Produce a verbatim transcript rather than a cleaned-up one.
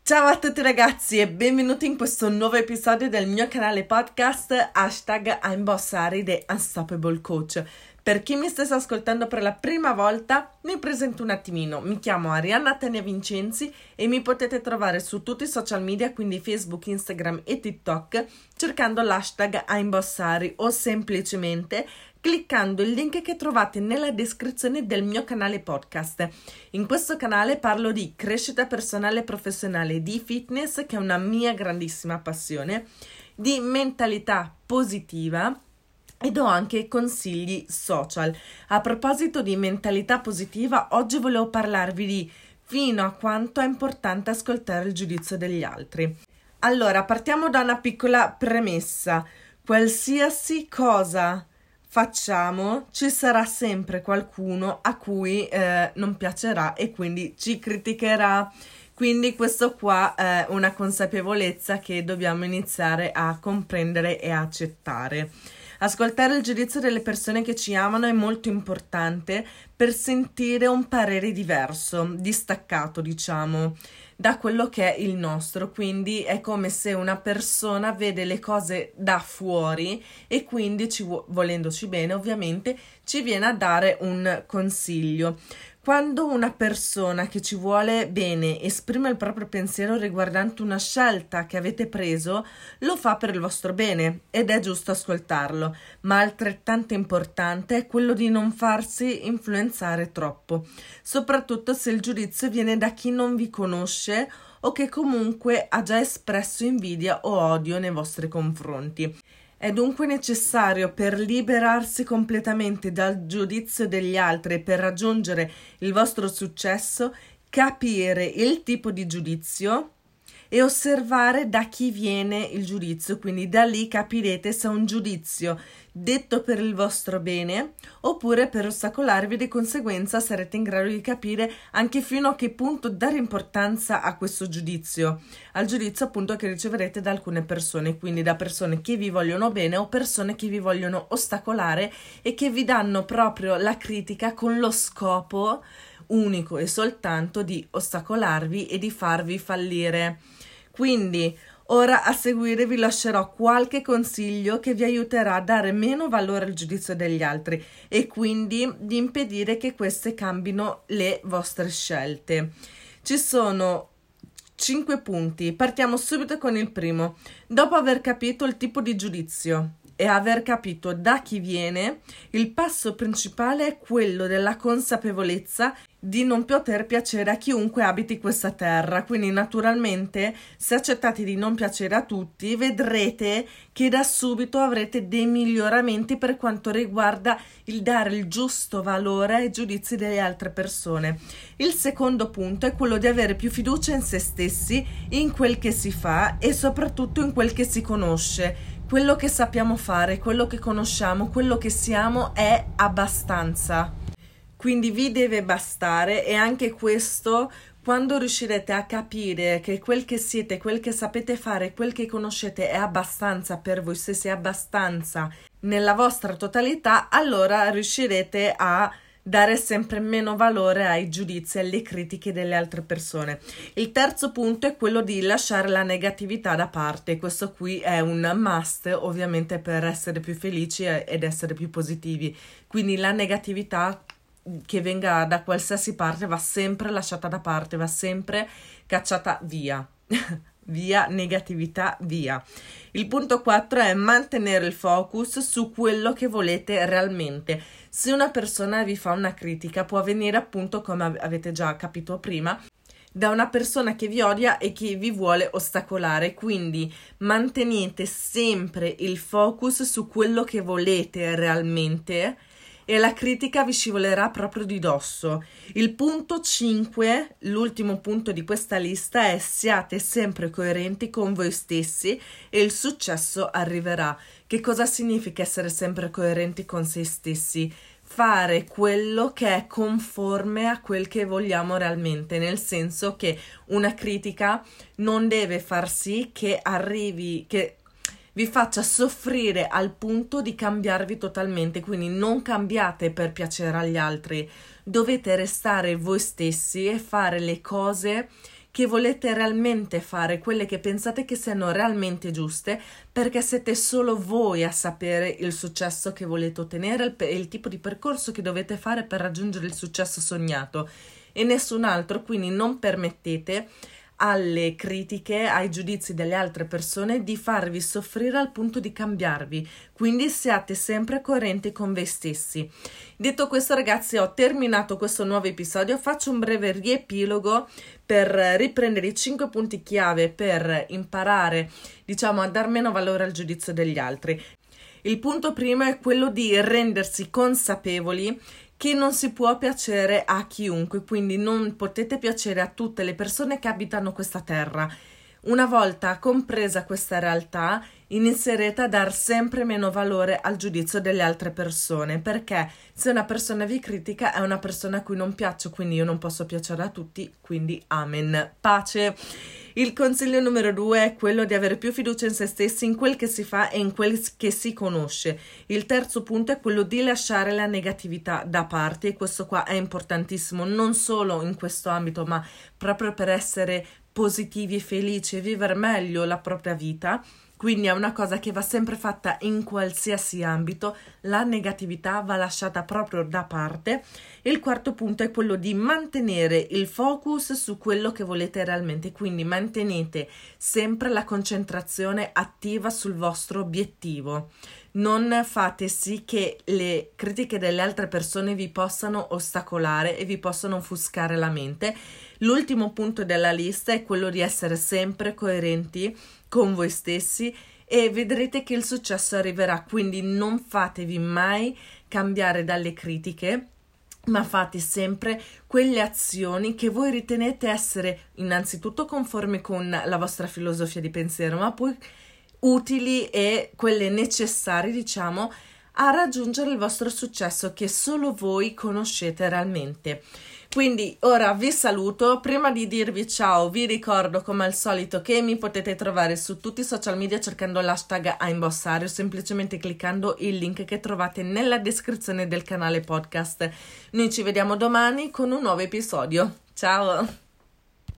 Ciao a tutti ragazzi e benvenuti in questo nuovo episodio del mio canale podcast hashtag I'm Boss Ari The Unstoppable Coach. Per chi mi stesse ascoltando per la prima volta, mi presento un attimino. Mi chiamo Arianna Tania Vincenzi e mi potete trovare su tutti i social media, quindi Facebook, Instagram e TikTok, cercando l'hashtag I'm Boss Ari o semplicemente cliccando il link che trovate nella descrizione del mio canale podcast. In questo canale parlo di crescita personale e professionale, di fitness, che è una mia grandissima passione, di mentalità positiva e do anche consigli social. A proposito di mentalità positiva, oggi volevo parlarvi di fino a quanto è importante ascoltare il giudizio degli altri. Allora, partiamo da una piccola premessa. Qualsiasi cosa facciamo, ci sarà sempre qualcuno a cui eh, non piacerà e quindi ci criticherà. Quindi questo qua è una consapevolezza che dobbiamo iniziare a comprendere e a accettare. Ascoltare il giudizio delle persone che ci amano è molto importante per sentire un parere diverso, distaccato, diciamo, da quello che è il nostro. Quindi è come se una persona vede le cose da fuori e quindi, ci, volendoci bene ovviamente, ci viene a dare un consiglio. Quando una persona che ci vuole bene esprime il proprio pensiero riguardante una scelta che avete preso, lo fa per il vostro bene ed è giusto ascoltarlo, ma altrettanto importante è quello di non farsi influenzare troppo, soprattutto se il giudizio viene da chi non vi conosce o che comunque ha già espresso invidia o odio nei vostri confronti. È dunque necessario, per liberarsi completamente dal giudizio degli altri e per raggiungere il vostro successo, capire il tipo di giudizio e osservare da chi viene il giudizio. Quindi da lì capirete se è un giudizio detto per il vostro bene oppure per ostacolarvi. Di conseguenza sarete in grado di capire anche fino a che punto dare importanza a questo giudizio, al giudizio appunto che riceverete da alcune persone, quindi da persone che vi vogliono bene o persone che vi vogliono ostacolare e che vi danno proprio la critica con lo scopo unico e soltanto di ostacolarvi e di farvi fallire. Quindi ora a seguire vi lascerò qualche consiglio che vi aiuterà a dare meno valore al giudizio degli altri e quindi di impedire che queste cambino le vostre scelte. Ci sono cinque punti. Partiamo subito con il primo. Dopo aver capito il tipo di giudizio e aver capito da chi viene, il passo principale è quello della consapevolezza di non poter piacere a chiunque abiti questa terra. Quindi naturalmente, se accettate di non piacere a tutti, vedrete che da subito avrete dei miglioramenti per quanto riguarda il dare il giusto valore ai giudizi delle altre persone. Il secondo punto è quello di avere più fiducia in se stessi, in quel che si fa e soprattutto in quel che si conosce. Quello che sappiamo fare, quello che conosciamo, quello che siamo è abbastanza. Quindi vi deve bastare, e anche questo, quando riuscirete a capire che quel che siete, quel che sapete fare, quel che conoscete è abbastanza per voi stessi, è abbastanza nella vostra totalità, allora riuscirete a dare sempre meno valore ai giudizi e alle critiche delle altre persone. Il terzo punto è quello di lasciare la negatività da parte. Questo qui è un must, ovviamente, per essere più felici ed essere più positivi. Quindi la negatività che venga da qualsiasi parte va sempre lasciata da parte, va sempre cacciata via. Via negatività, via. Il punto quattro è mantenere il focus su quello che volete realmente. Se una persona vi fa una critica, può venire appunto, come avete già capito prima, da una persona che vi odia e che vi vuole ostacolare. Quindi mantenete sempre il focus su quello che volete realmente e la critica vi scivolerà proprio di dosso. Il punto cinque, l'ultimo punto di questa lista, è: siate sempre coerenti con voi stessi e il successo arriverà. Che cosa significa essere sempre coerenti con se stessi? Fare quello che è conforme a quel che vogliamo realmente, nel senso che una critica non deve far sì che arrivi, che vi faccia soffrire al punto di cambiarvi totalmente. Quindi non cambiate per piacere agli altri, dovete restare voi stessi e fare le cose che volete realmente fare, quelle che pensate che siano realmente giuste, perché siete solo voi a sapere il successo che volete ottenere, il, il tipo di percorso che dovete fare per raggiungere il successo sognato e nessun altro. Quindi non permettete alle critiche, ai giudizi delle altre persone di farvi soffrire al punto di cambiarvi, quindi siate sempre coerenti con voi stessi. Detto questo, ragazzi, ho terminato questo nuovo episodio. Faccio un breve riepilogo per riprendere i cinque punti chiave per imparare, diciamo, a dar meno valore al giudizio degli altri. Il punto primo è quello di rendersi consapevoli che non si può piacere a chiunque, quindi non potete piacere a tutte le persone che abitano questa terra. Una volta compresa questa realtà, inizierete a dar sempre meno valore al giudizio delle altre persone, perché se una persona vi critica è una persona a cui non piaccio, quindi io non posso piacere a tutti, quindi amen, pace. Il consiglio numero due è quello di avere più fiducia in se stessi, in quel che si fa e in quel che si conosce. Il terzo punto è quello di lasciare la negatività da parte, e questo qua è importantissimo non solo in questo ambito, ma proprio per essere positivi e felici e vivere meglio la propria vita. Quindi è una cosa che va sempre fatta in qualsiasi ambito, la negatività va lasciata proprio da parte. E il quarto punto è quello di mantenere il focus su quello che volete realmente, quindi mantenete sempre la concentrazione attiva sul vostro obiettivo. Non fate sì che le critiche delle altre persone vi possano ostacolare e vi possano offuscare la mente. L'ultimo punto della lista è quello di essere sempre coerenti con voi stessi e vedrete che il successo arriverà, quindi non fatevi mai cambiare dalle critiche, ma fate sempre quelle azioni che voi ritenete essere innanzitutto conformi con la vostra filosofia di pensiero, ma poi utili e quelle necessarie, diciamo, a raggiungere il vostro successo che solo voi conoscete realmente. Quindi ora vi saluto. Prima di dirvi ciao vi ricordo come al solito che mi potete trovare su tutti i social media cercando l'hashtag a imbossare o semplicemente cliccando il link che trovate nella descrizione del canale podcast. Noi ci vediamo domani con un nuovo episodio. Ciao!